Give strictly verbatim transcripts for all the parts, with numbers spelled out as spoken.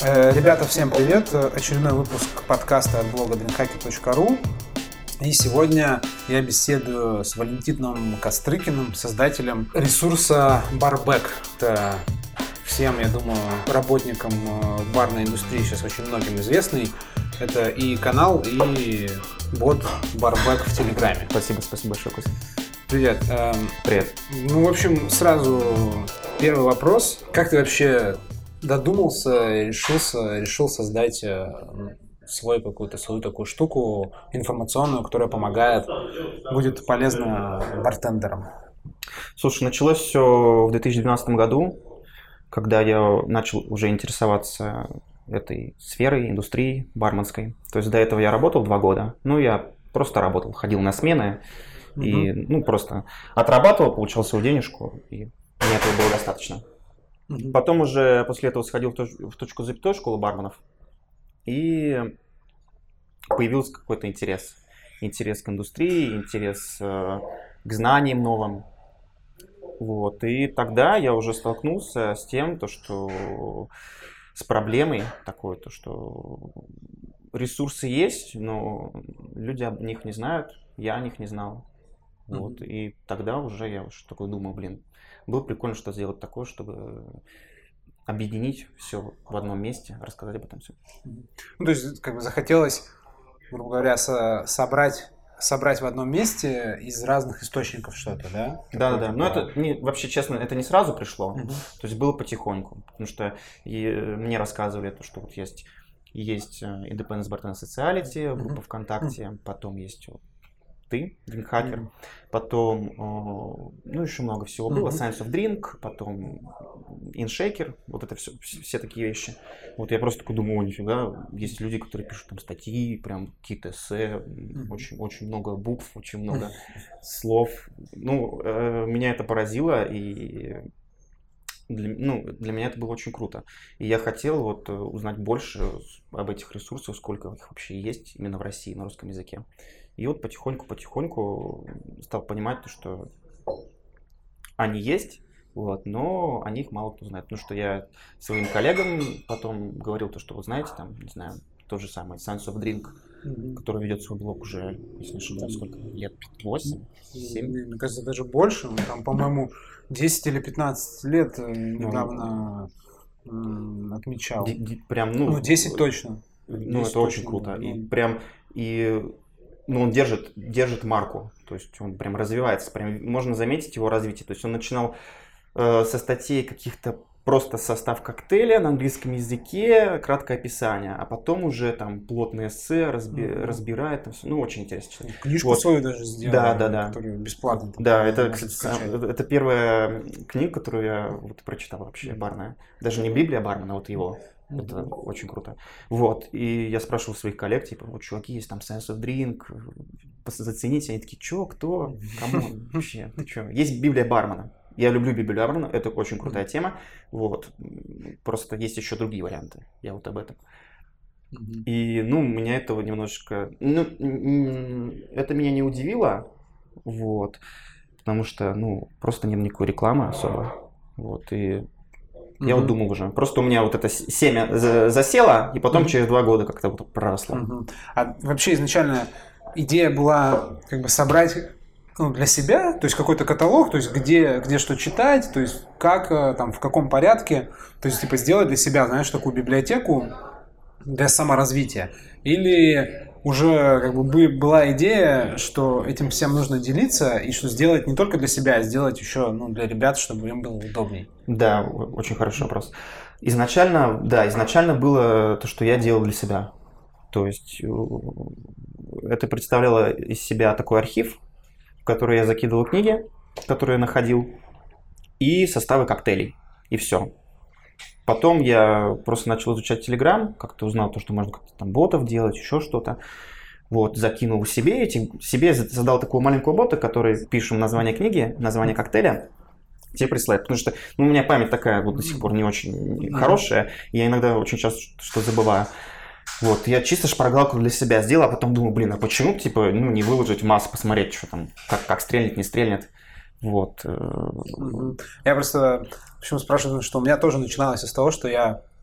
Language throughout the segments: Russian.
Э, Ребята, всем привет! Очередной выпуск подкаста от блога дринкхакер точка ру. И сегодня я беседую с Валентином Кострыкиным, создателем ресурса Barback. Это всем, я думаю, работникам барной индустрии сейчас очень многим известный. Это и канал, и бот Barback в Телеграме. Спасибо, спасибо большое, Костя. Привет. Привет. Ну, в общем, сразу первый вопрос. Как ты вообще додумался, решился, решил создать свою какую-то свою такую штуку информационную, которая помогает, будет полезна бартендерам? Слушай, началось все в две тысячи двенадцатом году, когда я начал уже интересоваться этой сферой, индустрией барменской. То есть до этого я работал два года, ну я просто работал, ходил на смены mm-hmm. и ну просто отрабатывал, получал свою денежку, и мне этого было достаточно. Mm-hmm. Потом уже после этого сходил в, точ- в точку запятой школу барменов, и появился какой-то интерес. Интерес к индустрии, интерес э, к знаниям новым. Вот. И тогда я уже столкнулся с тем, то, что с проблемой такой, то, что ресурсы есть, но люди об них не знают, я о них не знал. Mm-hmm. Вот. И тогда уже я уж такой думаю, блин, было прикольно что сделать такое, чтобы объединить все в одном месте, рассказать об этом все. Ну, то есть, как бы захотелось, грубо говоря, со- собрать, собрать в одном месте из разных источников что-то, да? Да, да, да. Но это не, вообще, честно, это не сразу пришло. Uh-huh. То есть было потихоньку. Потому что и мне рассказывали, то, что вот есть, есть Independence Bartender Society, группа uh-huh. ВКонтакте, uh-huh. потом есть ты, дринкхакер, mm-hmm. потом, ну, еще много всего было, mm-hmm. Science of Drink, потом InShaker, вот это все, все такие вещи. Вот я просто такой думаю, о, нифига, есть люди, которые пишут там статьи, прям какие-то эссе, mm-hmm. очень, очень много букв, очень много mm-hmm. слов. Ну, э, меня это поразило, и для, ну, для меня это было очень круто. И я хотел вот узнать больше об этих ресурсах, сколько их вообще есть именно в России на русском языке. И вот потихоньку-потихоньку стал понимать, что они есть, вот, но о них мало кто знает. Потому что я своим коллегам потом говорил, то, что вы знаете, там, не знаю, тот же самый Science of Drink, mm-hmm. который ведет свой блог уже, если не ошибаюсь, сколько лет? восемь? семь? Мне кажется, даже больше. Там, по-моему, десять или пятнадцать лет недавно mm-hmm. отмечал. Д- д- прям, ну, ну, десять точно. Ну, десять это очень точно, круто. Да. И прям, и ну, он держит, держит марку, то есть он прям развивается, прям можно заметить его развитие. То есть он начинал э, со статей каких-то просто состав коктейля на английском языке, краткое описание, а потом уже там плотные эссе разби, mm-hmm. разбирает, там все, ну очень интересно читать. Книжку вот. свою даже сделал, да, да, да. которую бесплатно. Там, да, это, кстати, это первая книга, которую я вот прочитал вообще, mm-hmm. барная. Даже не Библия бармена, а вот его. Это mm-hmm. очень круто. Вот. И я спрашивал своих коллег, типа, вот, чуваки, есть там Science of Drink, зацените. Они такие, чё, кто, кому вообще, ты чё? Есть Библия бармена. Я люблю Библию бармена, это очень крутая mm-hmm. тема. Вот. Просто есть еще другие варианты. Я вот об этом. Mm-hmm. И, ну, меня этого немножечко... Ну, это меня не удивило, вот. Потому что, ну, просто нет никакой рекламы особо. Вот. И... Я mm-hmm. вот думал уже. Просто у меня вот это семя засело, и потом mm-hmm. через два года как-то вот проросло. Mm-hmm. А вообще изначально идея была как бы собрать ну, для себя, то есть какой-то каталог, то есть где, где что читать, то есть как, там, в каком порядке, то есть типа сделать для себя, знаешь, такую библиотеку для саморазвития. Или уже как бы была идея, что этим всем нужно делиться, и что сделать не только для себя, а сделать еще ну, для ребят, чтобы им было удобнее. Да, очень хороший вопрос. Изначально, да, изначально было то, что я делал для себя. То есть это представляло из себя такой архив, в который я закидывал книги, которые я находил, и составы коктейлей, и все. Потом я просто начал изучать Telegram, как-то узнал то, что можно как-то там ботов делать, еще что-то. Вот, закинул себе эти, себе создал такого маленького бота, который пишем название книги, название коктейля, тебе присылает. Потому что ну, у меня память такая вот до сих пор не очень хорошая, я иногда очень часто что-то забываю. Вот, я чисто шпаргалку для себя сделал, а потом думаю, блин, а почему типа ну, не выложить в массу, посмотреть, что там, как, как стрельнет, не стрельнет. Вот. Я просто почему спрашиваю, что у меня тоже начиналось с того, что я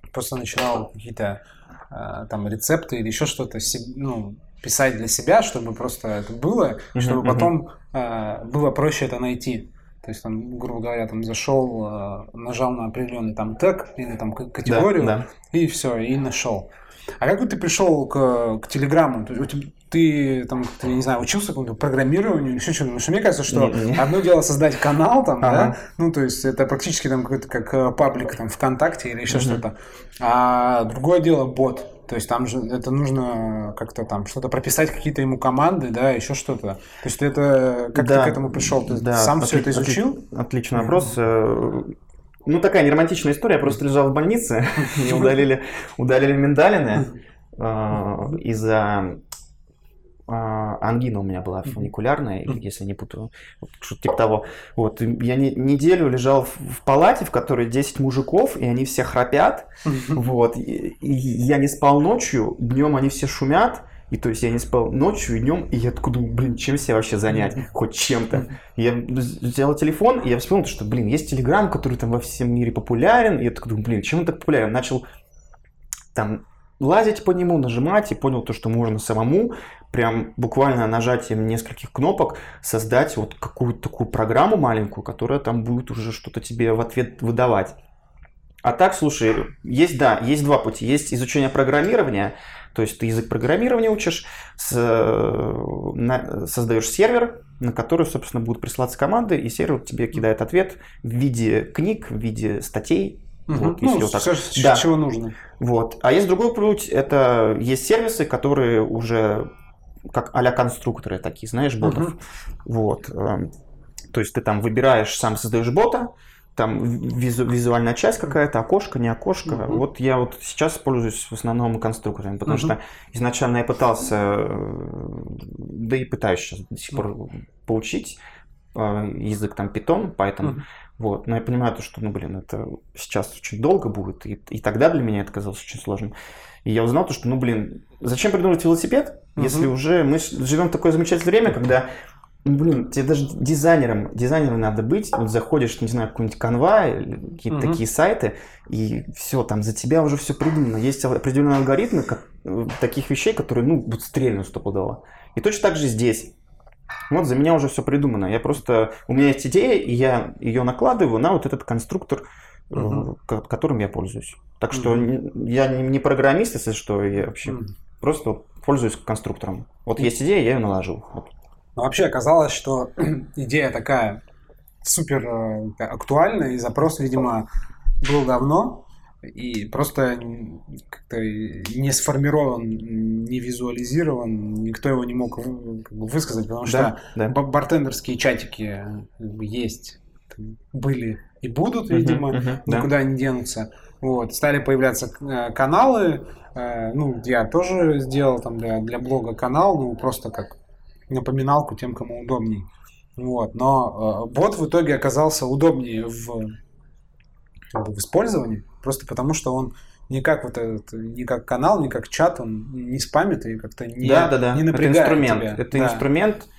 просто начинал какие-то э, там рецепты или еще что-то ну, писать для себя, чтобы просто это было, uh-huh, чтобы uh-huh. потом э, было проще это найти. То есть, там, грубо говоря, там зашел, э, нажал на определенный там тег или там категорию, да, да. и все, и нашел. А как вот ты пришел к, к Телеграму? Ты, ты там, ты, не знаю, учился какому-то программированию или еще что-то? Потому что мне кажется, что не, не. одно дело создать канал там, ага. да, ну, то есть это практически там какой-то как паблик там ВКонтакте или еще угу. что-то. А другое дело бот. То есть там же это нужно как-то там что-то прописать, какие-то ему команды, да, еще что-то. То есть это как да, ты к этому пришел? Ты да, сам отли- все это изучил? Отли- отличный вопрос. Ну, такая неромантичная история. Я просто лежал в больнице, мне удалили, удалили миндалины э, из-за э, ангина у меня была фуникулярная, если не путаю, что-то типа того. Вот, я не, неделю лежал в, в палате, в которой десять мужиков, и они все храпят. Вот, и, и я не спал ночью, днем они все шумят. И то есть я не спал ночью и днем, и я такой думаю, блин, чем себя вообще занять? Хоть чем-то. Я взял телефон, и я вспомнил, что, блин, есть Телеграм, который там во всем мире популярен. И я такой думаю, блин, чем он так популярен? Начал там лазить по нему, нажимать, и понял то, что можно самому, прям буквально нажатием нескольких кнопок создать вот какую-то такую программу маленькую, которая там будет уже что-то тебе в ответ выдавать. А так, слушай, есть, да, есть два пути. Есть изучение программирования, то есть ты язык программирования учишь, с, на, создаешь сервер, на который, собственно, будут присылаться команды, и сервер тебе кидает ответ в виде книг, в виде статей. Угу. Вот, ну, вот так. Все, да. Чего нужно. Вот. А есть другой путь, это есть сервисы, которые уже как а-ля конструкторы такие, знаешь, ботов. Угу. Вот. То есть ты там выбираешь, сам создаешь бота, там визу, визуальная часть какая-то, окошко, не окошко. Uh-huh. Вот я вот сейчас пользуюсь в основном конструкторами, потому uh-huh. что изначально я пытался, да и пытаюсь сейчас до сих пор uh-huh. поучить язык там Python, Python. Uh-huh. Вот. Но я понимаю, то, что, ну, блин, это сейчас очень долго будет, и, и тогда для меня это казалось очень сложным. И я узнал то, что, ну, блин, зачем придумывать велосипед, uh-huh. если уже мы живем в такое замечательное время, когда блин, тебе даже дизайнером, дизайнером надо быть. Вот заходишь, не знаю, какой-нибудь Canva, какие-то uh-huh. такие сайты, и все, там за тебя уже все придумано. Есть определенные алгоритмы как, таких вещей, которые, ну, вот стрельнут стопудово. И точно так же здесь. Вот за меня уже все придумано. Я просто, у меня есть идея, и я ее накладываю на вот этот конструктор, uh-huh. которым я пользуюсь. Так что uh-huh. я не программист, если что, я вообще uh-huh. просто пользуюсь конструктором. Вот uh-huh. есть идея, я ее наложил. Вот. Но вообще оказалось, что идея такая супер актуальная, и запрос, видимо, был давно, и просто как-то не сформирован, не визуализирован, никто его не мог как бы высказать, потому что да, да. бартендерские чатики есть, были и будут, видимо, uh-huh, uh-huh, никуда да. не денутся. Вот. Стали появляться каналы, ну, я тоже сделал там для, для блога канал, ну, просто как напоминалку тем, кому удобней. Вот. Но э, бот в итоге оказался удобнее в, как бы, в использовании, просто потому что он не как вот этот, не как канал, не как чат, он не спамит и как-то не, да, да, да. не напрягает это инструмент. тебя. Это да. инструмент,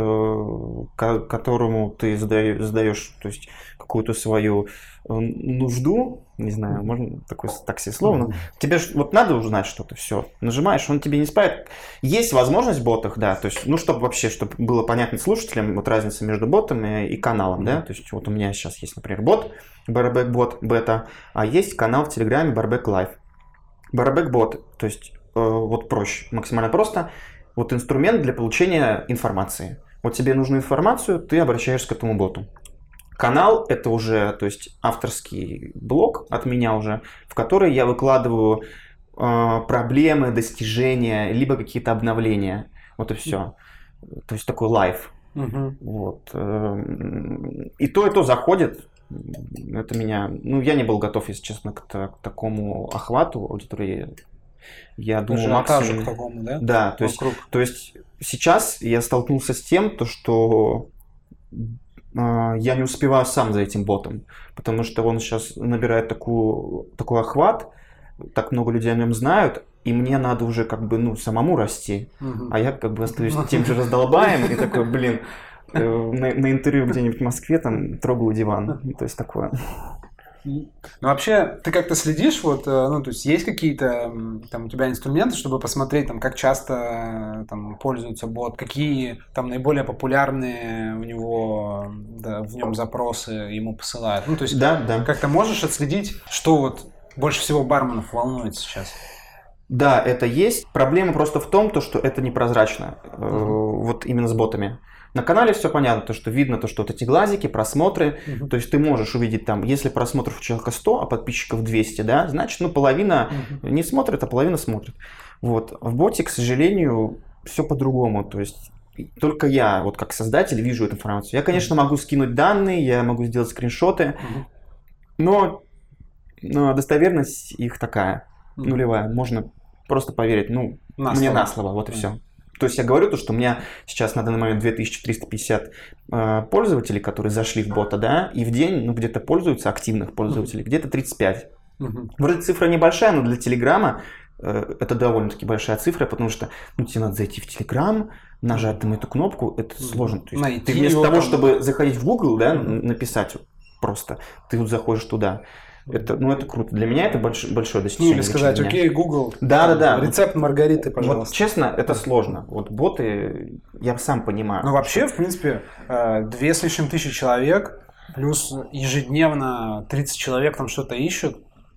э, которому ты задаешь, задаешь то есть, какую-то свою нужду, не знаю, можно такое так себе слово, но тебе ж, вот надо узнать что-то, все, нажимаешь, он тебе не спамит. Есть возможность в ботах, да, то есть, ну, чтобы вообще, чтобы было понятно слушателям, вот разница между ботами и каналом, да, то есть, вот у меня сейчас есть, например, бот, Barback бот, бета, а есть канал в Телеграме Barback Live. Barback бот, то есть, э, вот проще, максимально просто, вот инструмент для получения информации. Вот тебе нужну информацию, ты обращаешься к этому боту. Канал – это уже, то есть, авторский блог от меня уже, в который я выкладываю э, проблемы, достижения, либо какие-то обновления. Вот и все. То есть, такой лайв. Uh-huh. Вот. И то, и то заходит. Это меня... Ну, я не был готов, если честно, к, к такому охвату аудитории. Я думаю, максимум... к такому, да? Да, то есть, то есть, сейчас я столкнулся с тем, то, что... я не успеваю сам за этим ботом, потому что он сейчас набирает такую, такой охват, так много людей о нем знают, и мне надо уже как бы, ну, самому расти, угу. а я как бы остаюсь тем же раздолбаем, и такой, блин, на, на интервью где-нибудь в Москве там трогаю диван, то есть такое. Ну, вообще, ты как-то следишь, вот, ну, то есть, есть какие-то там у тебя инструменты, чтобы посмотреть, там, как часто там пользуется бот, какие там наиболее популярные у него, да, в нем запросы ему посылают. Ну, то есть, да, да. как-то можешь отследить, что вот больше всего барменов волнует сейчас? Да, это есть. Проблема просто в том, то, что это непрозрачно. Uh-huh. Вот именно с ботами. На канале все понятно, то, что видно, то, что вот эти глазики, просмотры, uh-huh. то есть ты можешь увидеть там, если просмотров у человека сто, а подписчиков двести, да, значит, ну, половина uh-huh. не смотрит, а половина смотрит. Вот. В боте, к сожалению, все по-другому, то есть только я, вот как создатель, вижу эту информацию. Я, конечно, uh-huh. могу скинуть данные, я могу сделать скриншоты, uh-huh. но, но достоверность их такая, uh-huh. нулевая, можно просто поверить, ну, на мне слово. на слово, вот и uh-huh. все. То есть я говорю то, что у меня сейчас на данный момент две тысячи триста пятьдесят э, пользователей, которые зашли в бота, да, и в день, ну, где-то пользуются, активных пользователей, uh-huh. где-то тридцать пять. Uh-huh. Вроде цифра небольшая, но для Телеграма э, это довольно-таки большая цифра, потому что, ну, тебе надо зайти в Телеграм, нажать там эту кнопку, это uh-huh. сложно. То есть найти ты вместо того, там... чтобы заходить в Google, да, uh-huh. написать просто, ты вот заходишь туда. Это, ну, это круто. Для меня это больш, большое достижение. Ну, или сказать, окей, Google, да, да, да. рецепт Маргариты, пожалуйста. Вот, честно, это сложно. Вот боты, я сам понимаю. Ну, вообще, в принципе, две с лишним тысячи человек, плюс ежедневно тридцать человек там что-то ищут.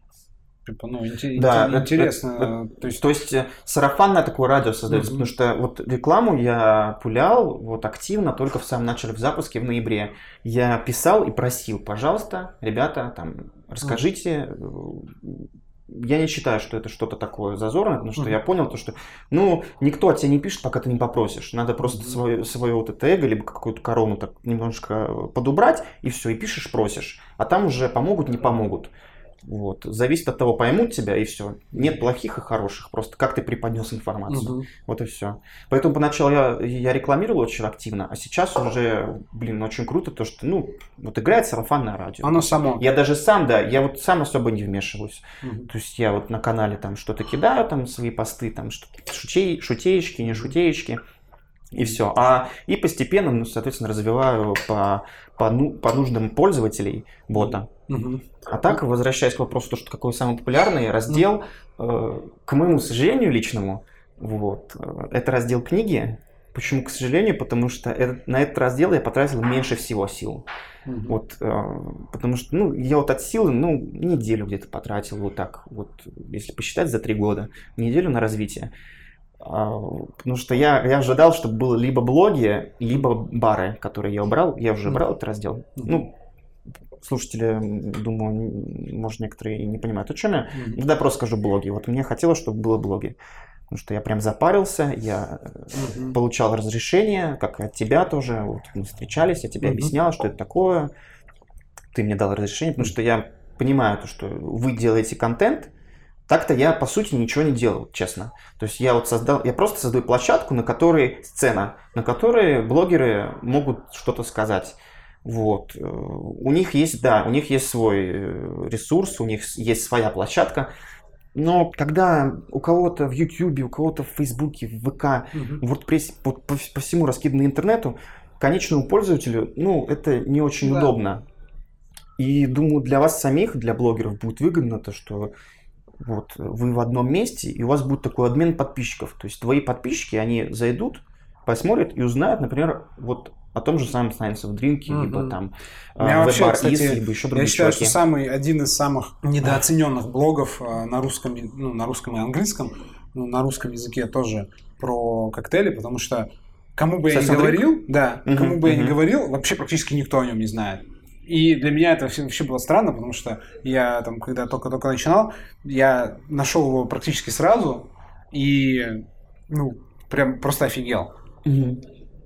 Типа, ну, да, интересно. Это, это, то есть, то есть сарафанное такое радио создается, mm-hmm. потому что вот рекламу я пулял вот активно только в самом начале в запуске в ноябре. Я писал и просил, пожалуйста, ребята, там, расскажите. Mm-hmm. Я не считаю, что это что-то такое зазорное, потому что mm-hmm. я понял то, что, ну, никто от тебя не пишет, пока ты не попросишь. Надо просто mm-hmm. свое, свое вот это эго, либо какую-то корону так немножко подубрать, и все, и пишешь, просишь. А там уже помогут, не помогут. Вот. Зависит от того, поймут тебя, и все. Нет плохих и хороших, просто как ты преподнес информацию. Угу. Вот и все. Поэтому поначалу я, я рекламировал очень активно, а сейчас уже, блин, очень круто то, что, ну, вот играет сарафанное радио. Оно само. Я даже сам, да, я вот сам особо не вмешиваюсь. Угу. То есть я вот на канале там что-то кидаю, там свои посты, там что-то, шутей, шутеечки, не шутеечки. И все. А и постепенно, ну, соответственно, развиваю по, по, ну, по нуждам пользователей бота. Угу. А так, возвращаясь к вопросу, то, что какой самый популярный раздел, э, к моему сожалению личному, вот, э, это раздел книги. Почему, к сожалению? Потому что этот, на этот раздел я потратил меньше всего сил. Mm-hmm. Вот, э, потому что, ну, я вот от силы, ну, неделю где-то потратил, вот так, вот, если посчитать за три года, неделю на развитие. Потому что я, я ожидал, чтобы было либо блоги, либо бары, которые я убрал. Я уже брал этот раздел. Mm-hmm. Ну, слушатели, думаю, может, некоторые не понимают, о чем я. Mm-hmm. Тогда просто скажу блоги. Вот мне хотелось, чтобы было блоги. Потому что я прям запарился, я mm-hmm. получал разрешение, как и от тебя тоже. Вот мы встречались, я тебе mm-hmm. объяснял, что это такое. Ты мне дал разрешение, потому что я понимаю, то, что вы делаете контент. Так-то я, по сути, ничего не делал, честно. То есть я вот создал, я просто создаю площадку, на которой сцена, на которой блогеры могут что-то сказать. Вот. У них есть, да, у них есть свой ресурс, у них есть своя площадка. Но когда у кого-то в Ютубе, у кого-то в Фейсбуке, в ВК, угу. в WordPress по, по, по всему раскидано интернету, конечному пользователю, ну, это не очень да. удобно. И думаю, для вас самих, для блогеров будет выгодно то, что вот, вы в одном месте, и у вас будет такой обмен подписчиков. То есть твои подписчики, они зайдут, посмотрят и узнают, например, вот о том же самом Science of Drink, mm-hmm. либо там WebBar Is, либо еще другие Я считаю, чуваки. что самый, один из самых недооцененных блогов на русском, ну, на русском и английском, ну, на русском языке тоже про коктейли, потому что кому бы я ни говорил, да, mm-hmm. кому бы mm-hmm. я ни говорил, вообще практически никто о нем не знает. И для меня это вообще было странно, потому что я там, когда только-только начинал, я нашел его практически сразу и, ну, прям просто офигел. Mm-hmm.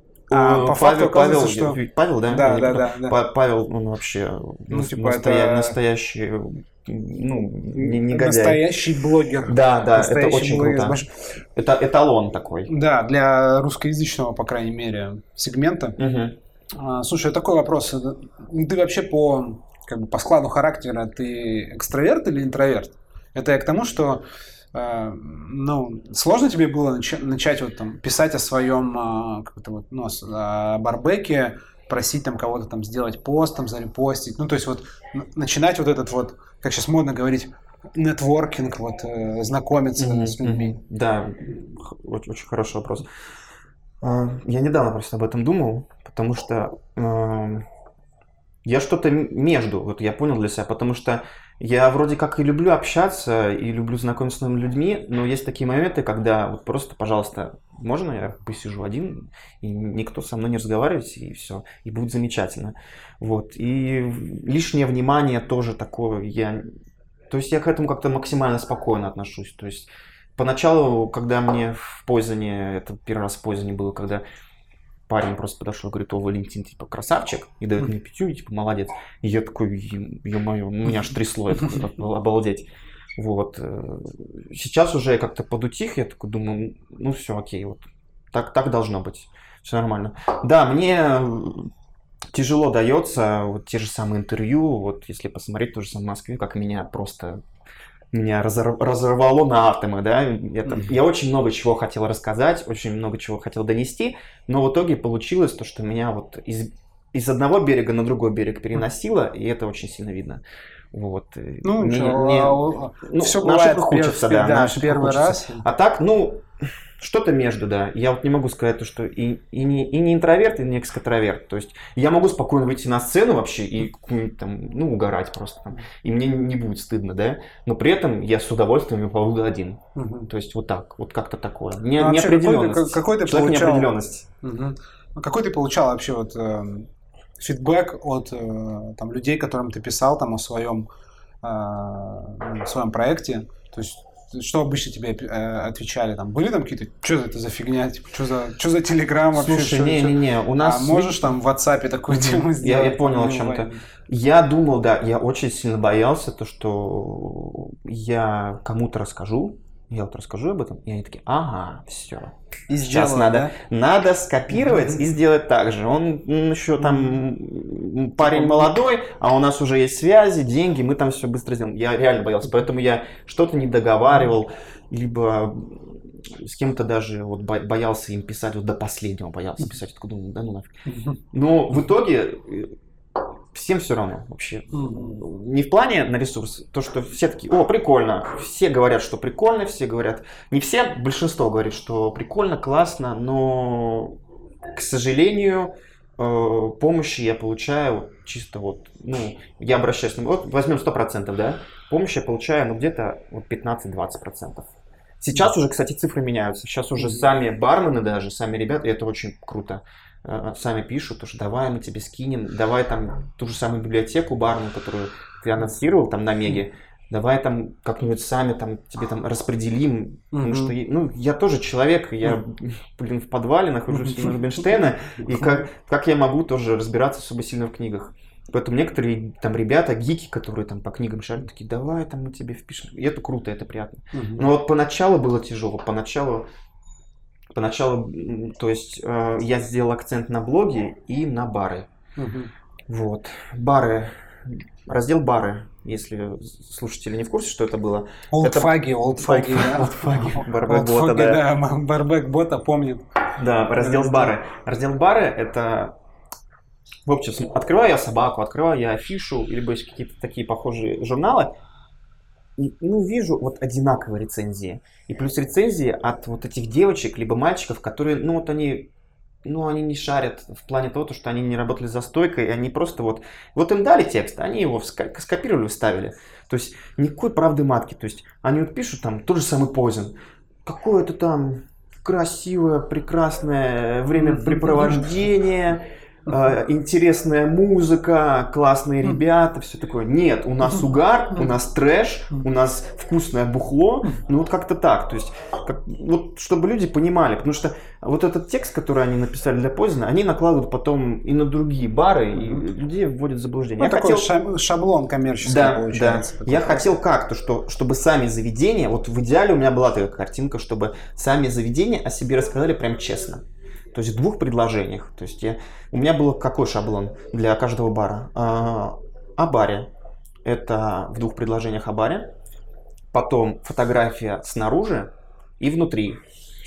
А по факту Павел, оказывается, что... Павел, да? Да, да, да, да. Павел, он вообще ну, типа настоя... это... настоящий, ну, не, негодяй. Настоящий блогер. Да, да, это очень круто. Больш... Это эталон такой. Да, для русскоязычного, по крайней мере, сегмента. Угу. А, слушай, такой вопрос. Ты вообще по, как бы, по складу характера, ты экстраверт или интроверт? Это я к тому, что э, ну, сложно тебе было нач- начать вот, там, писать о своем, э, как-то вот, ну, о барбеке просить там кого-то там сделать пост, там зарепостить. Ну, то есть вот начинать вот этот вот, как сейчас модно говорить, нетворкинг, вот, э, знакомиться mm-hmm, с людьми. Mm-hmm. Да, очень, очень хороший вопрос. Я недавно просто об этом думал, потому что э, я что-то между, вот я понял для себя, потому что я вроде как и люблю общаться, и люблю знакомиться с новыми людьми, но есть такие моменты, когда вот просто, пожалуйста, можно я посижу один, и никто со мной не разговаривает, и все, и будет замечательно. Вот, и лишнее внимание тоже такое, я... То есть я к этому как-то максимально спокойно отношусь, то есть поначалу, когда мне в Poison, это первый раз в Poison было, когда парень просто подошел и говорит: о, Валентин, типа, красавчик, и дает мне пятью, и типа, молодец. И я такой, ё-моё, меня аж трясло, это обалдеть. Вот. Сейчас уже я как-то подутих, я такой думаю, ну все, окей, вот так, так должно быть, все нормально. Да, мне тяжело дается вот те же самые интервью, вот если посмотреть то же самое в Москве, как меня просто... Меня разорвало на атомы, да, это, я очень много чего хотел рассказать, очень много чего хотел донести, но в итоге получилось то, что меня вот из, из одного берега на другой берег переносило, и это очень сильно видно. Вот. Ну, мне, ничего, мне, а, ну, все на бывает ошибках учатся, да, да, на ошибках первый учатся. раз. А так, ну, что-то между, да. Я вот не могу сказать, то, что и, и, не, и не интроверт, и не экстраверт. То есть я могу спокойно выйти на сцену вообще и там, ну, угорать просто там. И мне не будет стыдно, да. Но при этом я с удовольствием побуду один. Угу. То есть вот так, вот как-то такое. Не, ну, неопределенность. Какой, какой ты Человек получал, неопределенность. Угу. Какой ты получал вообще вот э, фидбэк от э, там, людей, которым ты писал там о своем, э, о своем проекте? То есть что обычно тебе э, отвечали? Там были там какие-то, что это за фигня, типа, что за, что за телеграм вообще? Слушай, не-не-не, у нас... А можешь там в WhatsApp такую тему сделать? Я, я понял о чем-то. Я думал, да, я очень сильно боялся, то, что я кому-то расскажу, я вот расскажу об этом, и они такие, ага, все. И сейчас сделаю, надо, да? надо скопировать и сделать так же. Он еще там парень молодой, а у нас уже есть связи, деньги, мы там все быстро сделаем. Я реально боялся, поэтому я что-то не договаривал, либо с кем-то даже вот боялся им писать, вот до последнего боялся писать. Я думаю, да ну нафиг. Но в итоге всем все равно вообще. Не в плане на ресурс, то, что все такие, о, прикольно. Все говорят, что прикольно, все говорят, не все, большинство говорит, что прикольно, классно, но, к сожалению, помощи я получаю чисто вот, ну, я обращаюсь, вот возьмем сто процентов, да, помощи я получаю, ну, где-то вот пятнадцать-двадцать процентов. Сейчас уже, кстати, цифры меняются. Сейчас уже сами бармены даже, сами ребята, и это очень круто, сами пишут, что давай мы тебе скинем, давай там ту же самую библиотеку барную, которую ты анонсировал там на Меге, давай там как-нибудь сами там тебе там распределим, mm-hmm. потому что ну, я тоже человек, я, блин, в подвале нахожусь на Рубинштейна, и как, как я могу тоже разбираться особо сильно в книгах. Поэтому некоторые там ребята, гики, которые там по книгам шарят, такие, давай там мы тебе впишем. И это круто, это приятно. Mm-hmm. Но вот поначалу было тяжело, поначалу Поначалу, то есть, э, я сделал акцент на блоги и на бары. Uh-huh. Вот. Бары. Раздел бары, если слушатели не в курсе, что это было. Олдфаги, олдфаги. Олдфаги. Барбек-бота, да. Барбек-бота помнит. Да, раздел бары. Раздел бары это... В общем, открываю я собаку, открываю я афишу, либо есть какие-то такие похожие журналы. И, ну, вижу вот одинаковые рецензии. И плюс рецензии от вот этих девочек, либо мальчиков, которые, ну, вот они, ну, они не шарят в плане того, что они не работали за стойкой, и они просто вот, вот им дали текст, они его скопировали, вставили. То есть никакой правды матки. То есть они вот пишут там тот же самый Poison. Какое-то там красивое, прекрасное времяпрепровождение, интересная музыка, классные ребята, все такое. Нет, у нас угар, у нас трэш, у нас вкусное бухло, ну вот как-то так. То есть, как, вот чтобы люди понимали, потому что вот этот текст, который они написали для Poison, они накладывают потом и на другие бары, и людей вводят в заблуждение. Ну, такой хотел... шаблон коммерческий да, получается. Да. Я хотел как-то, что, чтобы сами заведения, вот в идеале у меня была такая картинка, чтобы сами заведения о себе рассказали прям честно. То есть в двух предложениях. То есть я, у меня был какой шаблон для каждого бара? А, о баре. Это в двух предложениях о баре. Потом фотография снаружи и внутри.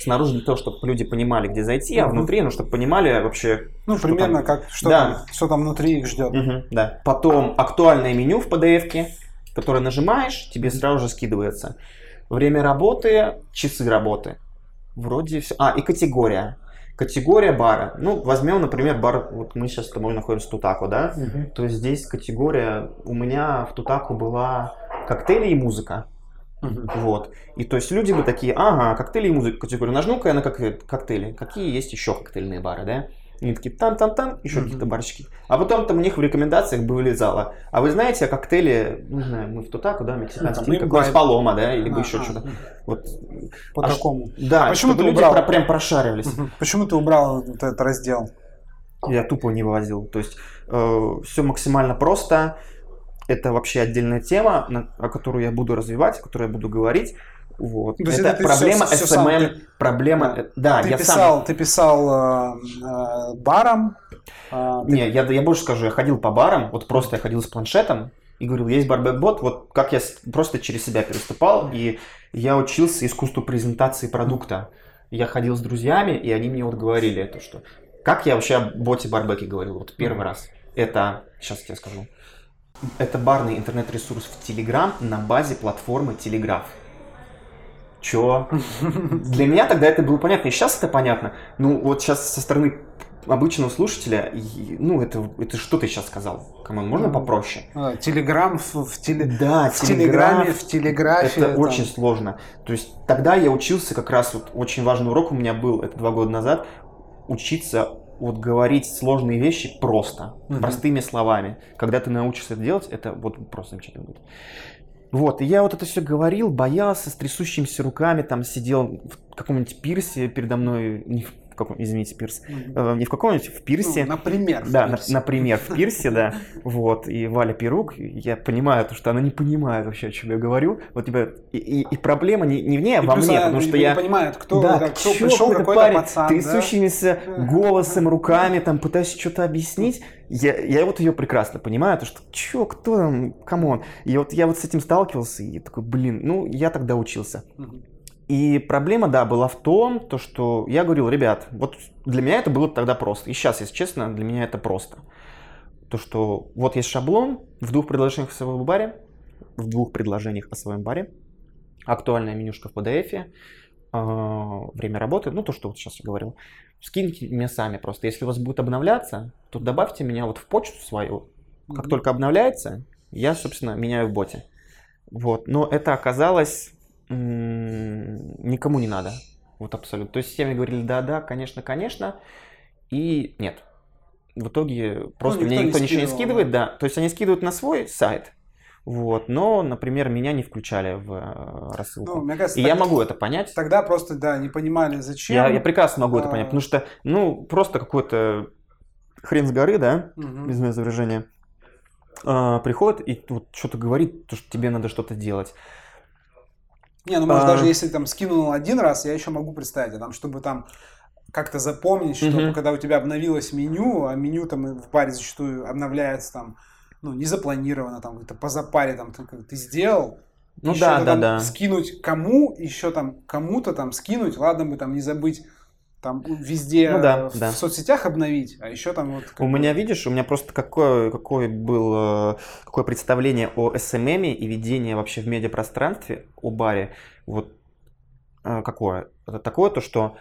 снаружи для того, чтобы люди понимали, где зайти, а внутри, ну, чтобы понимали вообще... Ну, что примерно там. как, что, Да. там, что там внутри их ждет. Угу, да. Потом актуальное меню в пи ди эф-ке, которое нажимаешь, тебе сразу же скидывается. Время работы, часы работы. Вроде все. А, и категория. Категория бара. Ну, возьмем, например, бар, вот мы сейчас с тобой находимся в Тутаку, да? Угу. То есть здесь категория, у меня в Тутаку была коктейли и музыка. Угу. Вот. И то есть люди бы такие, ага, коктейли и музыка, категорию нажму-ка я на кок- коктейли. Какие есть еще коктейльные бары, да? И они такие, там-там-там, еще mm-hmm. какие-то барчики. А потом там у них в рекомендациях бы вылезало. А вы знаете о коктейле, не знаю, мы в Тутаку, да, мексиканский, ну, какой-то Палома, да, или бы еще а, что-то. Вот. По а такому. Да, а почему ты люди убрал? Про, прям прошаривались. Угу. Почему ты убрал вот этот раздел? Я тупо не вывозил. То есть э, все максимально просто. Это вообще отдельная тема, на, о которой я буду развивать, о которой я буду говорить. Вот. То есть это, это проблема все, все эс эм эм, сам, проблема... Да, да ты я писал, сам... Ты писал э, э, баром? Э, Не, ты... я, я больше скажу, я ходил по барам, вот просто я ходил с планшетом и говорил, есть барбек-бот, вот как я просто через себя переступал, и я учился искусству презентации продукта. Я ходил с друзьями, и они мне вот говорили это, что... Как я вообще о боте барбеке говорил, вот первый раз. Это, сейчас я тебе скажу, это барный интернет-ресурс в Telegram на базе платформы Telegraph. Чё? Для меня тогда это было понятно, и сейчас это понятно. Ну, вот сейчас со стороны обычного слушателя, ну, это, это что ты сейчас сказал? Кому можно попроще? Телеграм в, в, теле... да, в Телеграме, в Телеграфе. Это там... очень сложно. То есть тогда я учился, как раз вот очень важный урок у меня был, это два года назад, учиться вот говорить сложные вещи просто, mm-hmm. простыми словами. Когда ты научишься это делать, это вот просто замечательно будет. Вот, и я вот это все говорил, боялся, с трясущимися руками, там сидел в каком-нибудь пирсе передо мной, не в каком, извините, пирс, mm-hmm. э, не в каком-нибудь, в пирсе. Ну, например. Да, на, например, в пирсе, да, вот, и Валя Перук, я понимаю, то, что она не понимает вообще, о чем я говорю, вот тебя, и, и, и проблема не, не в ней, а во мне, потому что не я... понимает, кто, да, да, кто чё, пришел, какой-то какой-то парень, пацан, трясущимися да? голосом, руками, там, пытаясь что-то объяснить, я, я вот ее прекрасно понимаю, то, что, чё, кто там, камон, и вот я вот с этим сталкивался, и такой, блин, ну, я тогда учился. И проблема, да, была в том, то, что я говорил, ребят, вот для меня это было тогда просто. И сейчас, если честно, для меня это просто. То, что вот есть шаблон в двух предложениях о своем баре, в двух предложениях о своем баре, актуальная менюшка в пи ди эф, время работы, ну то, что вот сейчас я говорил. Скиньте мне сами просто. Если у вас будет обновляться, то добавьте меня вот в почту свою. Как mm-hmm. только обновляется, я, собственно, меняю в боте. Вот. Но это оказалось... никому не надо. Вот абсолютно. То есть все мне говорили, да-да, конечно, конечно. И нет. В итоге просто ну, никто мне никто не ничего не скидывает, да. То есть они скидывают на свой сайт. Вот. Но, например, меня не включали в рассылку. Ну, мне кажется, и так, я могу это понять. Тогда просто, да, не понимали, зачем. Я, я прекрасно могу а... это понять. Потому что, ну, просто какой-то хрен с горы, да, угу. без моего выражения, а, приходит и вот что-то говорит, то, что тебе надо что-то делать. Не, ну может а... даже если там скинул один раз, я еще могу представить, а там, чтобы там как-то запомнить, что uh-huh. когда у тебя обновилось меню, а меню там в баре зачастую обновляется там, ну, не запланировано, там, это по запаре там ты, ты сделал, ну да, да, там, да. скинуть кому, еще там кому-то там скинуть, ладно бы там не забыть там везде ну, да, в, да. в соцсетях обновить, а еще там вот... У меня, видишь, у меня просто какое, какое было какое представление о эс эм эм и ведении вообще в медиапространстве, о баре, вот какое? Это такое то, что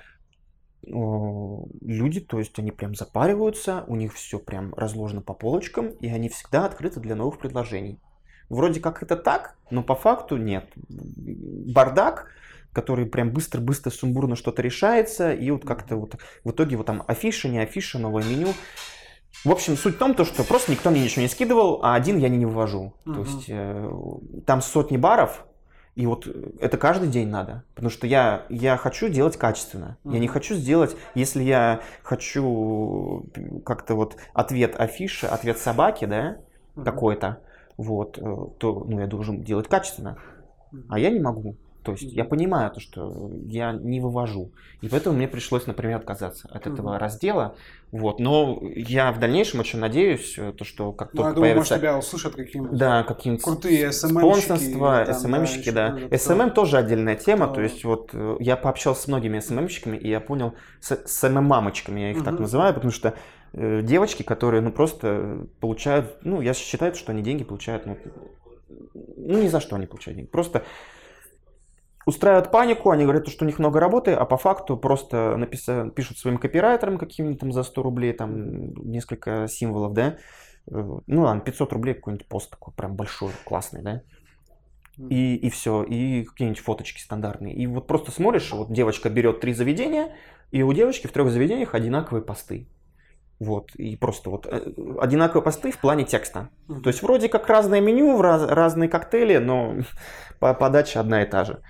люди, то есть они прям запариваются, у них все прям разложено по полочкам, и они всегда открыты для новых предложений. Вроде как это так, но по факту нет. Бардак, который прям быстро-быстро сумбурно что-то решается, и вот как-то вот в итоге вот там афиша, не афиша, новое меню. В общем, суть в том, то, что просто никто мне ничего не скидывал, а один я не вывожу. Uh-huh. То есть э, там сотни баров, и вот это каждый день надо. Потому что я, я хочу делать качественно. Uh-huh. Я не хочу сделать, если я хочу как-то вот ответ афиши, ответ собаки, да, uh-huh. какой-то, вот, то ну, я должен делать качественно. Uh-huh. А я не могу. То есть я понимаю то, что я не вывожу. И поэтому мне пришлось, например, отказаться от этого mm-hmm. раздела. Вот. Но я в дальнейшем очень надеюсь, то, что как ну, только я думаю, появится... может, тебя услышат какие-нибудь да, какие-нибудь крутые эс эм эм-щики. Спонсорство, эс эм эм-щики, да. да. эс эм эм тоже отдельная тема. То... то есть вот я пообщался с многими эс эм эм-щиками, и я понял, с эс эм эм-мамочками, я их mm-hmm. так называю, потому что э, девочки, которые ну просто получают, ну я считаю, что они деньги получают, ну, ну ни за что они получают деньги. Просто устраивают панику, они говорят, что у них много работы, а по факту просто написали, пишут своим копирайтерам каким-нибудь там за сто рублей, там несколько символов, да, ну ладно, пятьсот рублей какой-нибудь пост такой прям большой, классный, да, и, и все, и какие-нибудь фоточки стандартные. И вот просто смотришь, вот девочка берет три заведения, и у девочки в трех заведениях одинаковые посты. Вот, и просто вот одинаковые посты в плане текста. Mm-hmm. То есть вроде как разное меню, раз, разные коктейли, но подача одна и та же.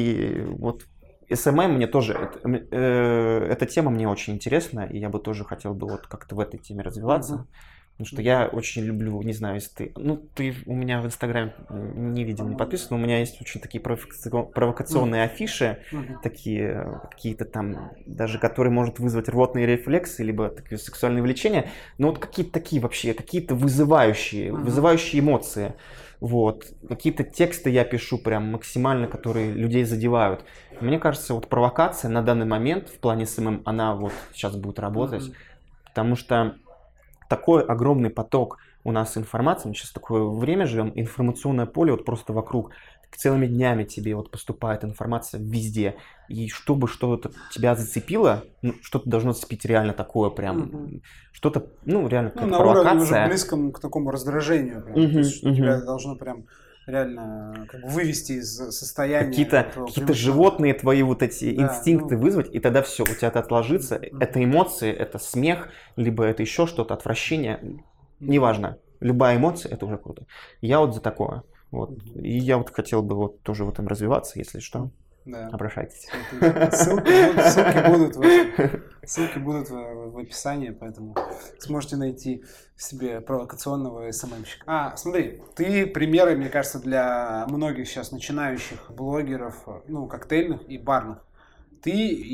И вот эс эм эм мне тоже, это, э, эта тема мне очень интересна, и я бы тоже хотел бы вот как-то в этой теме развиваться. Mm-hmm. Потому что я очень люблю, не знаю, если ты... Ну, ты у меня в Инстаграме не видел, не подписан, но у меня есть очень такие провокационные афиши, mm-hmm. такие какие-то там, даже которые может вызвать рвотные рефлексы, либо такие сексуальные влечения. Но вот какие-то такие вообще, какие-то вызывающие, mm-hmm. вызывающие эмоции. Вот. Какие-то тексты я пишу прям максимально, которые людей задевают. Мне кажется, вот провокация на данный момент в плане эс эм эм, она вот сейчас будет работать, mm-hmm. потому что такой огромный поток у нас информации, мы сейчас такое время живем, информационное поле вот просто вокруг, целыми днями тебе вот поступает информация везде, и чтобы что-то тебя зацепило, ну, что-то должно зацепить реально такое прям, mm-hmm. что-то, ну, реально ну, как на провокация. уровне уже близком к такому раздражению, прям. Mm-hmm. То есть mm-hmm. тебя должно прям реально как бы вывести из состояния. Какие-то, какие-то животные твои вот эти да, инстинкты ну... вызвать, и тогда все, у тебя это отложится. Mm-hmm. Это эмоции, это смех, либо это еще что-то, отвращение. Mm-hmm. Неважно. Любая эмоция, это уже круто. Я вот за такое. Вот. Mm-hmm. И я вот хотел бы вот тоже в этом развиваться, если что. Да. Обращайтесь. Ссылки, ссылки будут, в, ссылки будут в, в описании, поэтому сможете найти себе провокационного эс эм эм-щика. А, смотри, ты примеры, мне кажется, для многих сейчас начинающих блогеров, ну, коктейльных и барных. Ты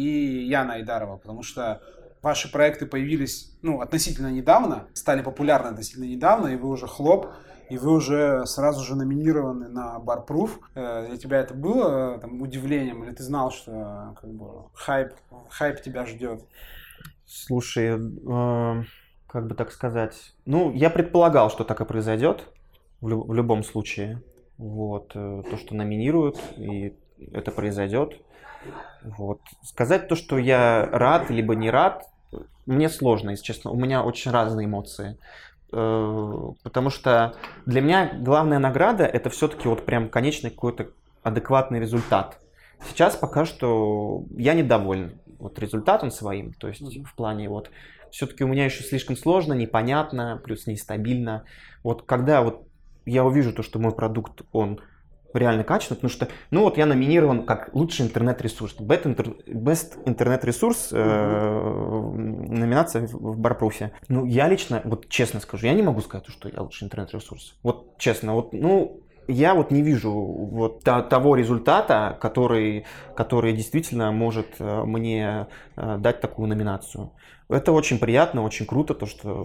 и Яна Айдарова, потому что ваши проекты появились, ну, относительно недавно, стали популярны относительно недавно, и вы уже хлоп, и вы уже сразу же номинированы на Barproof. Для тебя это было там, удивлением, или ты знал, что как бы, хайп, хайп тебя ждет? Слушай, э, как бы так сказать, ну, я предполагал, что так и произойдет в, лю- в любом случае. Вот, э, то, что номинируют, и это произойдет. Вот. Сказать то, что я рад, либо не рад, мне сложно, если честно. У меня очень разные эмоции. Потому что для меня главная награда это все-таки вот прям конечный какой-то адекватный результат. Сейчас пока что я недоволен вот результатом своим, то есть mm-hmm. в плане вот все-таки у меня еще слишком сложно, непонятно, плюс нестабильно. Вот когда вот я увижу то, что мой продукт он реально качественный, потому что, ну вот я номинирован как лучший интернет-ресурс, Best интернет-ресурс, э, номинация в Барпруфе. Ну, я лично, вот честно скажу, я не могу сказать, что я лучший интернет-ресурс. Вот честно, вот, ну, я вот не вижу вот того результата, который, который действительно может мне дать такую номинацию. Это очень приятно, очень круто, то, что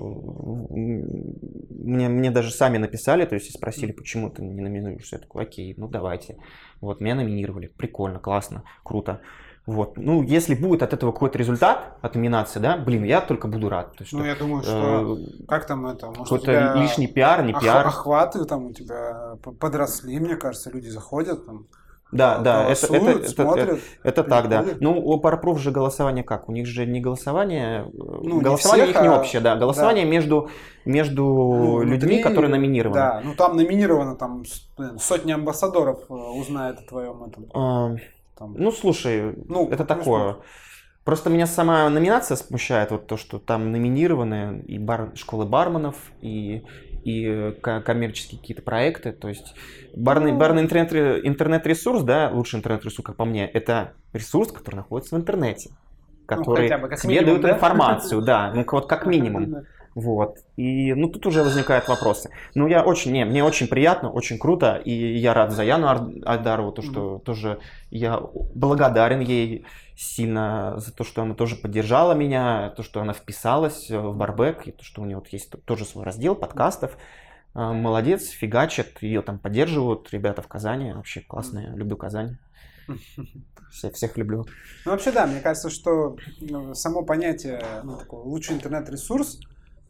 мне, мне даже сами написали, то есть и спросили, почему ты не номинируешься. Я такой, окей, ну давайте. Вот, меня номинировали. Прикольно, классно, круто. Вот. Ну, если будет от этого какой-то результат, от номинации, да, блин, я только буду рад. То есть, ну, что, я думаю, что э, как там это, может, какой-то лишний пиар, не ох- пиар. Охваты там у тебя подросли, мне кажется, люди заходят там. Да, да, это, это, смотрят, это, это так, да. Ну, у Barproof же голосование как? У них же не голосование, ну, голосование не всех, у них не а... общее, да. Голосование да. между, между ну, людьми, внутри, которые номинированы. Да, ну там номинировано там сотни амбассадоров узнает о твоем этом. А, там. Ну, слушай, ну, это такое. Что? Просто меня сама номинация смущает, вот то, что там номинированы и бар, школы барменов, и... и коммерческие какие-то проекты, то есть барный, барный интернет, интернет-ресурс, да, лучший интернет-ресурс, как по мне, это ресурс, который находится в интернете, который ну, как тебе минимум, дает да? информацию, да, ну вот как минимум. Вот. И, ну, тут уже возникают вопросы. Ну, я очень, не, мне очень приятно, очень круто, и я рад за Яну Айдарову, то, что mm-hmm. тоже я благодарен ей сильно за то, что она тоже поддержала меня, то, что она вписалась в Барбек, и то, что у нее вот есть тоже свой раздел подкастов. Молодец, фигачит, ее там поддерживают ребята в Казани, вообще классные, люблю Казань. Всех, всех люблю. Ну, вообще, да, мне кажется, что ну, само понятие ну, такой, лучший интернет-ресурс,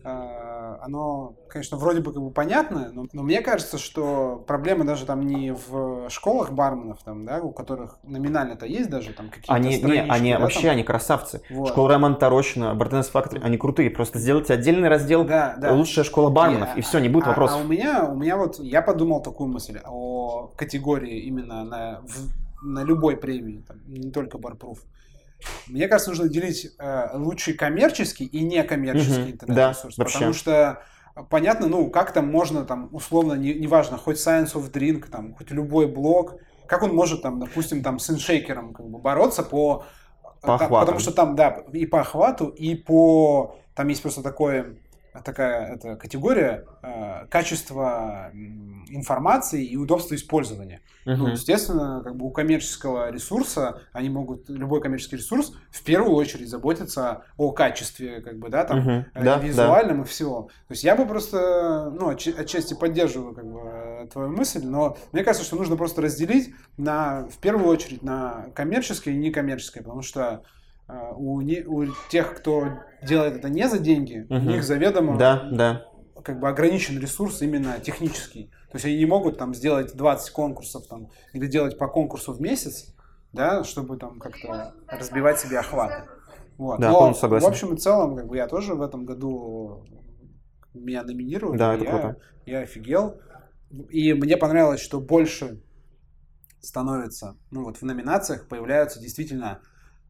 оно, конечно, вроде бы как бы понятно, но, но мне кажется, что проблема даже там не в школах барменов, там, да, у которых номинально-то есть даже там какие-то они, странички. Не, они да, вообще, там? Они красавцы. Вот. Школа Романа Торощина, Bartenders Factory, они крутые. Просто сделайте отдельный раздел да, да. лучшая школа барменов, и, и все, не будет а, вопросов. А у меня, у меня вот, я подумал такую мысль о категории именно на, в, на любой премии, там, не только Барпруф. Мне кажется, нужно делить э, лучший коммерческий и некоммерческий mm-hmm. интернет-ресурс. Да, потому что понятно, ну, как там можно, там, условно, не, неважно, хоть Science of Drink, там, хоть любой блог, как он может, там, допустим, там, с иншейкером как бы бороться по... По там, потому что там, да, и по охвату, и по... Там есть просто такое... такая это, категория э, качества информации и удобства использования. Uh-huh. Ну, естественно, как бы у коммерческого ресурса, они могут, любой коммерческий ресурс, в первую очередь заботиться о качестве, как бы, да, там, uh-huh. э, да, визуальном да. и всего. То есть я бы просто, ну, отч- отчасти поддерживаю, как бы, твою мысль, но мне кажется, что нужно просто разделить на, в первую очередь на коммерческое и некоммерческое, потому что У, не, у тех, кто делает это не за деньги, угу. у них заведомо да, да. как бы ограничен ресурс именно технический. То есть они не могут там сделать двадцать конкурсов там, или делать по конкурсу в месяц, да, чтобы там как-то разбивать себе охваты. Вот. Да, Но, согласен. в общем и целом, как бы я тоже в этом году меня номинировали. Да, это я, круто. Я офигел. И мне понравилось, что больше становится, ну вот в номинациях появляются действительно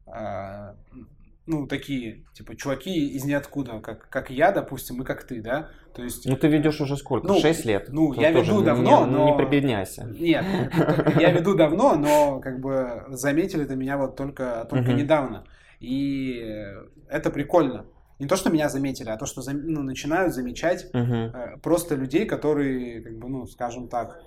ну, такие, типа, чуваки из ниоткуда, как, как я, допустим, и как ты, да? То есть... Ну, ты ведешь уже сколько? Ну, шесть лет? Ну, я веду давно, не, но... Не прибедняйся. Нет, я веду давно, но, как бы, заметили это меня вот только, только uh-huh. недавно. И это прикольно. Не то, что меня заметили, а то, что ну, начинают замечать uh-huh. просто людей, которые, как бы, ну, скажем так,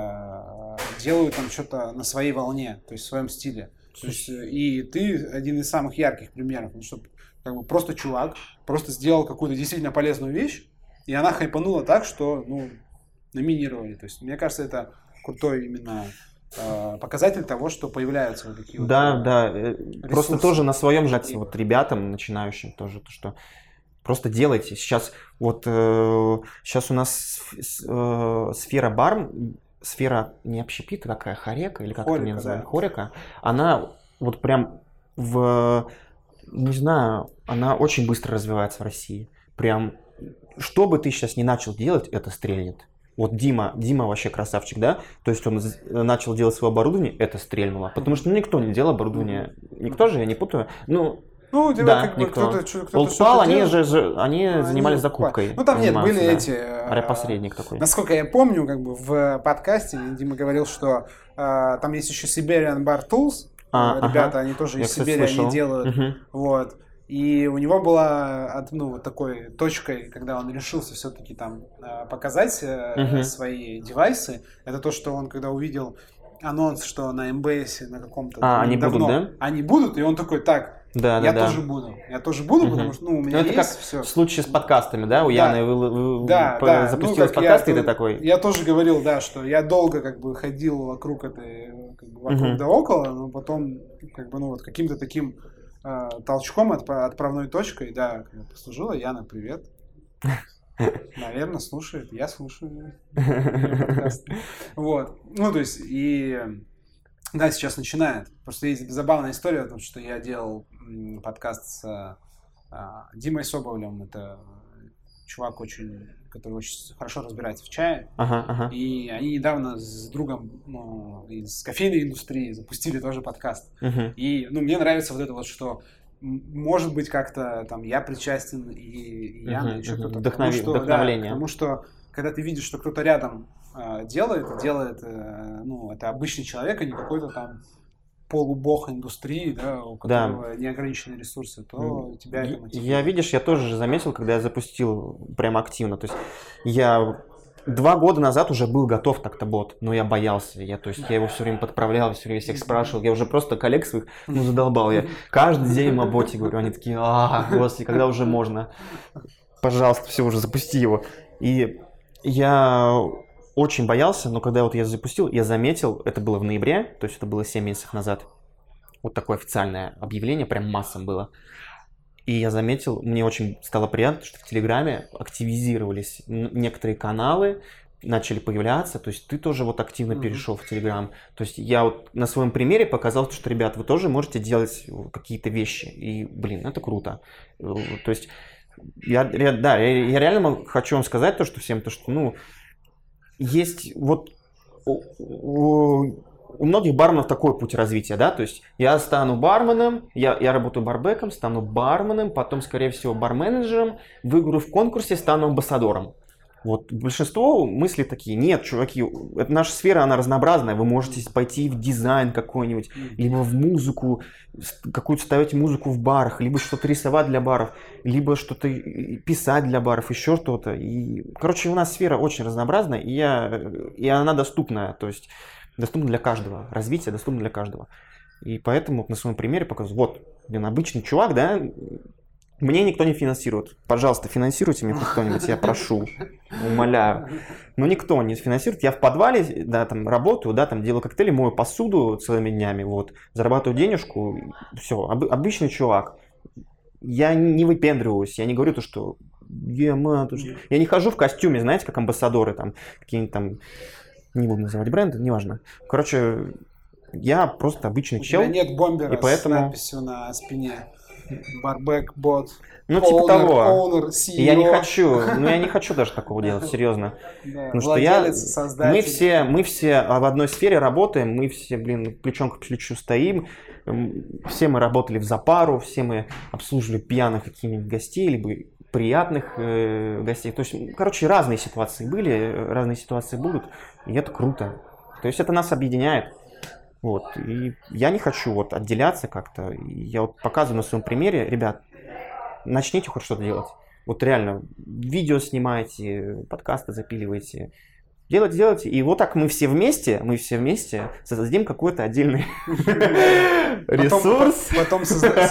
делают там что-то на своей волне, то есть в своем стиле. То есть, и ты один из самых ярких примеров, ну, что как бы просто чувак просто сделал какую-то действительно полезную вещь, и она хайпанула так, что ну, номинировали. То есть, мне кажется, это крутой именно э, показатель того, что появляются вот такие да, вот да. ресурсы. Просто тоже на своем же вот ребятам, начинающим тоже, то, что просто делайте. Сейчас вот э, сейчас у нас э, сфера барм. Сфера не общепита, какая хорека, или как хорека, это мне называют, да. хорека, она вот прям в, не знаю, она очень быстро развивается в России. Прям, что бы ты сейчас не начал делать, это стрельнет. Вот Дима, Дима вообще красавчик, да? То есть он начал делать свое оборудование, это стрельнуло. Потому что никто не делал оборудование, никто же, я не путаю, ну... Ну, да, как бы кто-то, кто-то Олдпал, они же, же они а, занимались закупкой. Ну, там нет, были да. эти... Рэп-посредник такой. Насколько я помню, как бы в подкасте Дима говорил, что а, там есть еще Siberian Bar Tools. А, ребята, ага. они тоже я, из кстати, Сибири, слышал. Они делают. Угу. Вот. И у него была ну, вот такой точкой, когда он решился все-таки там показать угу. свои девайсы. Это то, что он когда увидел анонс, что на эм би эс на каком-то... А, они давно, будут, да? Они будут, и он такой, так... Да, я да, тоже да. буду. Я тоже буду, угу. потому что ну, у меня ну, это есть как все. В случае с подкастами, да? У да. Яны вы, вы, да, по, да. запустилась ну, подкаст, я, и ты такой... Я тоже говорил, да, что я долго как бы ходил вокруг этой, как бы, вокруг угу. да около, но потом как бы, ну, вот каким-то таким э, толчком, отп- отправной точкой, да, послужила. Яна, привет. Наверное, слушает. Я слушаю подкаст. Вот. Ну, то есть, и... Да, сейчас начинает. Просто есть забавная история о том, что я делал подкаст с а, Димой Соболевым. Это чувак, очень, который очень хорошо разбирается в чае. Ага, ага. И они недавно с другом ну, из кофейной индустрии запустили тоже подкаст. Uh-huh. И ну, мне нравится вот это вот, что может быть как-то там я причастен и, и Яна, uh-huh, еще uh-huh. кто-то. Вдохнови... Потому что, Вдохновление. Да, потому что когда ты видишь, что кто-то рядом делает, делает, ну, это обычный человек, а не какой-то там полубог индустрии, да, у которого да. неограниченные ресурсы, то тебя это мотивирует. Я, видишь, я тоже заметил, когда я запустил прям активно. То есть я два года назад уже был готов так-то бот, но я боялся. Я, то есть я его все время подправлял, все время всех спрашивал. Я уже просто коллег своих, ну, задолбал. Я каждый день им о боте говорю. Они такие, а, господи, когда уже можно? Пожалуйста, все, уже запусти его. И я очень боялся, но когда вот я запустил, я заметил, это было в ноябре, то есть это было семь месяцев назад. Вот такое официальное объявление, прям массом было. И я заметил, мне очень стало приятно, что в Телеграме активизировались некоторые каналы, начали появляться, то есть ты тоже вот активно mm-hmm. перешел в Телеграм. То есть я вот на своем примере показал, что, ребят, вы тоже можете делать какие-то вещи. И, блин, это круто. То есть я, я, да, я, я реально хочу вам сказать то, что всем, то, что, ну, есть вот... У, у, У многих барменов такой путь развития, да, то есть я стану барменом, я, я работаю барбеком, стану барменом, потом, скорее всего, барменеджером, выиграю в конкурсе, стану амбассадором. Вот большинство мыслей такие, нет, чуваки, это наша сфера, она разнообразная, вы можете пойти в дизайн какой-нибудь, либо в музыку, какую-то ставить музыку в барах, либо что-то рисовать для баров, либо что-то писать для баров, еще что-то. И, короче, у нас сфера очень разнообразная, и, я, и она доступная, то есть доступно для каждого, развитие доступно для каждого. И поэтому на своем примере показываю, вот, блин, обычный чувак, да, мне никто не финансирует. Пожалуйста, финансируйте мне кто-нибудь, я прошу, умоляю. Но никто не финансирует. Я в подвале, да, там работаю, да, там делаю коктейли, мою посуду целыми днями, вот, зарабатываю денежку, все, об, обычный чувак. Я не выпендриваюсь, я не говорю то, что я, матушка. Я не хожу в костюме, знаете, как амбассадоры, там, какие-нибудь там, не буду называть бренды, неважно. Короче, я просто обычный У чел. тебя нет бомбера и поэтому... с надписью на спине. Барбек, бот. Ну, типа того. Owner, си и о. Я не хочу, ну я не хочу даже такого делать, серьезно. Да, Потому что владелец, я, создатель. мы все, мы все в одной сфере работаем, мы все, блин, плечом к плечу стоим. Все мы работали в Запару, все мы обслуживали пьяных каких-нибудь гостей, либо приятных э, гостей. То есть, короче, разные ситуации были, разные ситуации будут, и это круто. То есть это нас объединяет. Вот. И я не хочу вот отделяться как-то. И я вот показываю на своем примере, ребят, начните хоть что-то делать. Вот реально, видео снимайте, подкасты запиливайте. Делайте, делайте. И вот так мы все вместе, мы все вместе создадим какой-то отдельный ресурс. Потом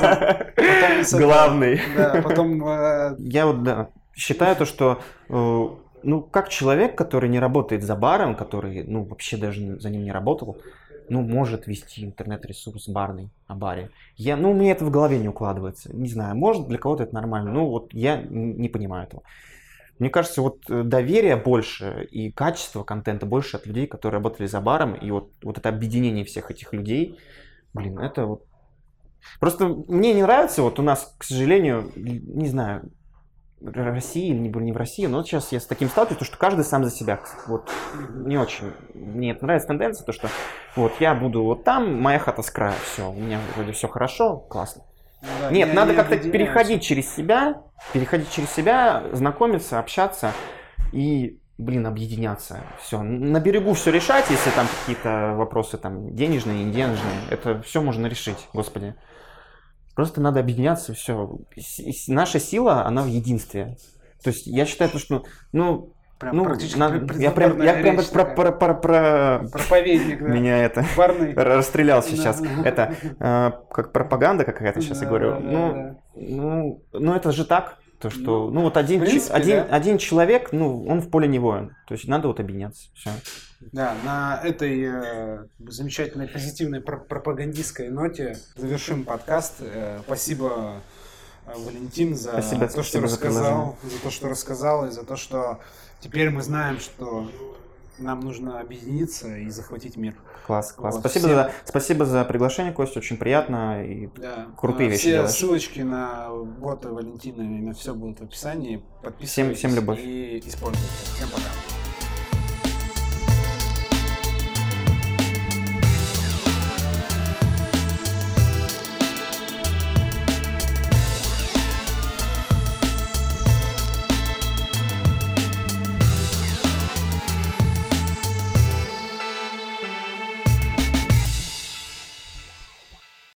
главный. Потом... Я вот, да, считаю то, что... Ну, как человек, который не работает за баром, который, ну, вообще даже за ним не работал, ну, может вести интернет-ресурс барный о баре. Я, ну, мне это в голове не укладывается. Не знаю, может, для кого-то это нормально. Ну, вот я не понимаю этого. Мне кажется, вот доверие больше и качество контента больше от людей, которые работали за баром. И вот, вот это объединение всех этих людей, блин, это вот... Просто мне не нравится, вот у нас, к сожалению, не знаю, в России или не в России, но вот сейчас я с таким сталкиваюсь, что каждый сам за себя. Вот не очень мне это нравится тенденция, то что вот я буду вот там, моя хата с края, все, у меня вроде все хорошо, классно. Да, Нет, надо как-то переходить через себя, переходить через себя, знакомиться, общаться и, блин, объединяться. Все, на берегу все решать, если там какие-то вопросы там денежные, не денежные, это все можно решить, господи. Просто надо объединяться, все. Наша сила, она в единстве. То есть я считаю, что, ну, прям ну, на, я прям, я прям про, про, про, про, проповедник, да? Меня это Барный. Расстрелял сейчас. Да. Это э, как пропаганда какая-то сейчас, да, я говорю. Да, ну, да. Ну, ну, это же так. То, что, ну, ну вот один, принципе, один, да. один человек, ну, он в поле не воин. То есть надо вот объединяться. Все. Да, на этой э, замечательной позитивной пр- пропагандистской ноте завершим подкаст. Э, спасибо, э, Валентин, за спасибо, то, что рассказал, за, за то, что рассказал, и за то, что теперь мы знаем, что нам нужно объединиться и захватить мир. Класс, класс. Вот, спасибо, всем... за, спасибо за приглашение, Костя, очень приятно и да. крутые а, вещи все делаешь. Все ссылочки на бота Валентина и на все будут в описании. Подписывайтесь всем, всем любовь. И используйте. Всем пока.